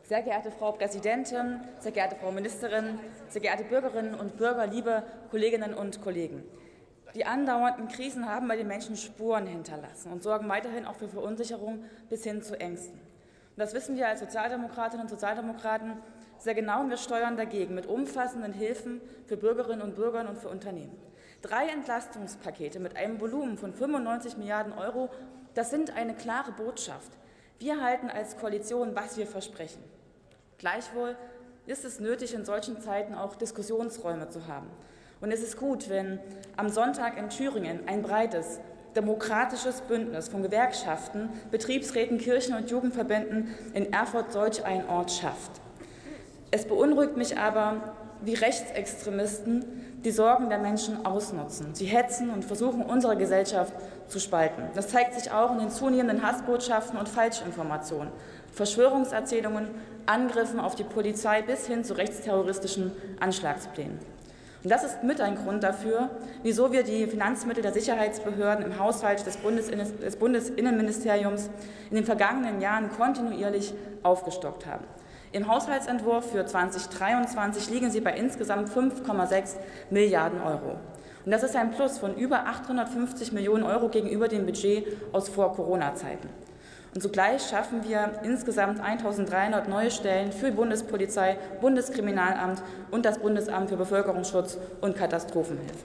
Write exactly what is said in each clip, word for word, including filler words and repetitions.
Sehr geehrte Frau Präsidentin, sehr geehrte Frau Ministerin, sehr geehrte Bürgerinnen und Bürger, liebe Kolleginnen und Kollegen! Die andauernden Krisen haben bei den Menschen Spuren hinterlassen und sorgen weiterhin auch für Verunsicherung bis hin zu Ängsten. Und das wissen wir als Sozialdemokratinnen und Sozialdemokraten sehr genau, und wir steuern dagegen mit umfassenden Hilfen für Bürgerinnen und Bürger und für Unternehmen. Drei Entlastungspakete mit einem Volumen von fünfundneunzig Milliarden Euro, das sind eine klare Botschaft. Wir halten als Koalition, was wir versprechen. Gleichwohl ist es nötig, in solchen Zeiten auch Diskussionsräume zu haben. Und es ist gut, wenn am Sonntag in Thüringen ein breites, demokratisches Bündnis von Gewerkschaften, Betriebsräten, Kirchen und Jugendverbänden in Erfurt solch einen Ort schafft. Es beunruhigt mich aber, wie Rechtsextremisten die Sorgen der Menschen ausnutzen. Sie hetzen und versuchen, unsere Gesellschaft zu spalten. Das zeigt sich auch in den zunehmenden Hassbotschaften und Falschinformationen, Verschwörungserzählungen, Angriffen auf die Polizei bis hin zu rechtsterroristischen Anschlagsplänen. Und das ist mit ein Grund dafür, wieso wir die Finanzmittel der Sicherheitsbehörden im Haushalt des, Bundesinnen- des Bundesinnenministeriums in den vergangenen Jahren kontinuierlich aufgestockt haben. Im Haushaltsentwurf für zweitausenddreiundzwanzig liegen sie bei insgesamt fünf Komma sechs Milliarden Euro. Und das ist ein Plus von über achthundertfünfzig Millionen Euro gegenüber dem Budget aus Vor-Corona-Zeiten. Und zugleich schaffen wir insgesamt eintausenddreihundert neue Stellen für die Bundespolizei, Bundeskriminalamt und das Bundesamt für Bevölkerungsschutz und Katastrophenhilfe.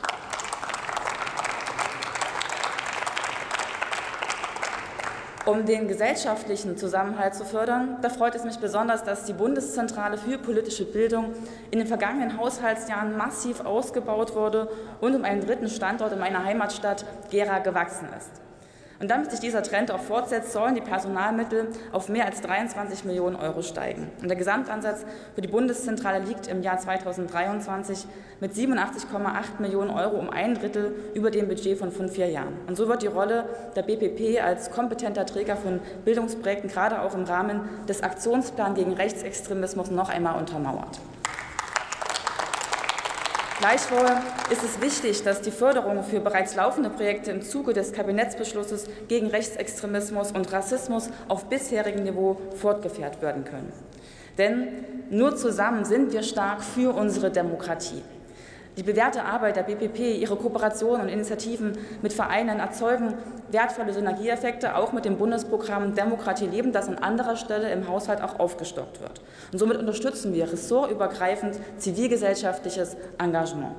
Um den gesellschaftlichen Zusammenhalt zu fördern, da freut es mich besonders, dass die Bundeszentrale für politische Bildung in den vergangenen Haushaltsjahren massiv ausgebaut wurde und um einen dritten Standort in meiner Heimatstadt Gera gewachsen ist. Und damit sich dieser Trend auch fortsetzt, sollen die Personalmittel auf mehr als dreiundzwanzig Millionen Euro steigen. Und der Gesamtansatz für die Bundeszentrale liegt im Jahr zweitausenddreiundzwanzig mit siebenundachtzig Komma acht Millionen Euro um ein Drittel über dem Budget von vor vier Jahren. Und so wird die Rolle der B P P als kompetenter Träger von Bildungsprojekten gerade auch im Rahmen des Aktionsplans gegen Rechtsextremismus noch einmal untermauert. Gleichwohl ist es wichtig, dass die Förderung für bereits laufende Projekte im Zuge des Kabinettsbeschlusses gegen Rechtsextremismus und Rassismus auf bisherigem Niveau fortgeführt werden können. Denn nur zusammen sind wir stark für unsere Demokratie. Die bewährte Arbeit der B P P, ihre Kooperationen und Initiativen mit Vereinen erzeugen wertvolle Synergieeffekte, auch mit dem Bundesprogramm Demokratie leben, das an anderer Stelle im Haushalt auch aufgestockt wird. Und somit unterstützen wir ressortübergreifend zivilgesellschaftliches Engagement.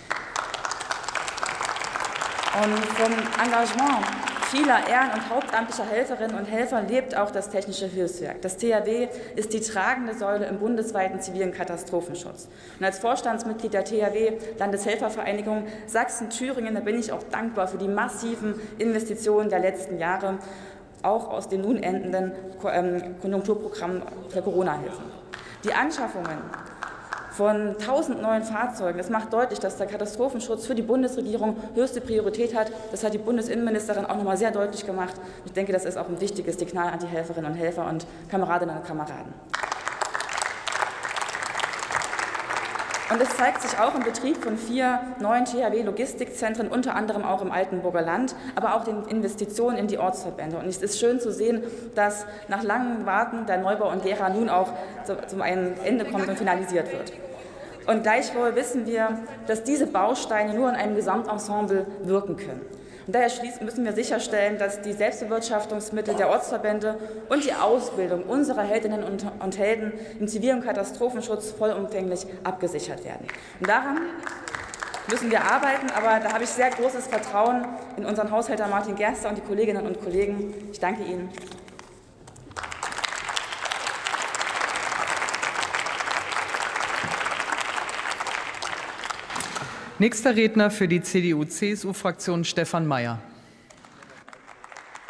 Und vom Engagement vieler ehren- und hauptamtlicher Helferinnen und Helfer lebt auch das Technische Hilfswerk. Das T H W ist die tragende Säule im bundesweiten zivilen Katastrophenschutz. Und als Vorstandsmitglied der T H W Landeshelfervereinigung Sachsen-Thüringen, da bin ich auch dankbar für die massiven Investitionen der letzten Jahre, auch aus dem nun endenden Konjunkturprogramm für Corona-Hilfen. Die Anschaffungen von tausend neuen Fahrzeugen. Das macht deutlich, dass der Katastrophenschutz für die Bundesregierung höchste Priorität hat. Das hat die Bundesinnenministerin auch noch mal sehr deutlich gemacht. Ich denke, das ist auch ein wichtiges Signal an die Helferinnen und Helfer und Kameradinnen und Kameraden. Und es zeigt sich auch im Betrieb von vier neuen T H W-Logistikzentren, unter anderem auch im Altenburger Land, aber auch den Investitionen in die Ortsverbände. Und es ist schön zu sehen, dass nach langem Warten der Neubau in Gera nun auch zum Ende kommt und finalisiert wird. Und gleichwohl wissen wir, dass diese Bausteine nur in einem Gesamtensemble wirken können. Und daher müssen wir sicherstellen, dass die Selbstbewirtschaftungsmittel der Ortsverbände und die Ausbildung unserer Heldinnen und Helden im zivilen Katastrophenschutz vollumfänglich abgesichert werden. Und daran müssen wir arbeiten, aber da habe ich sehr großes Vertrauen in unseren Haushälter Martin Gerster und die Kolleginnen und Kollegen. Ich danke Ihnen. Nächster Redner für die C D U C S U-Fraktion Stefan Mayer.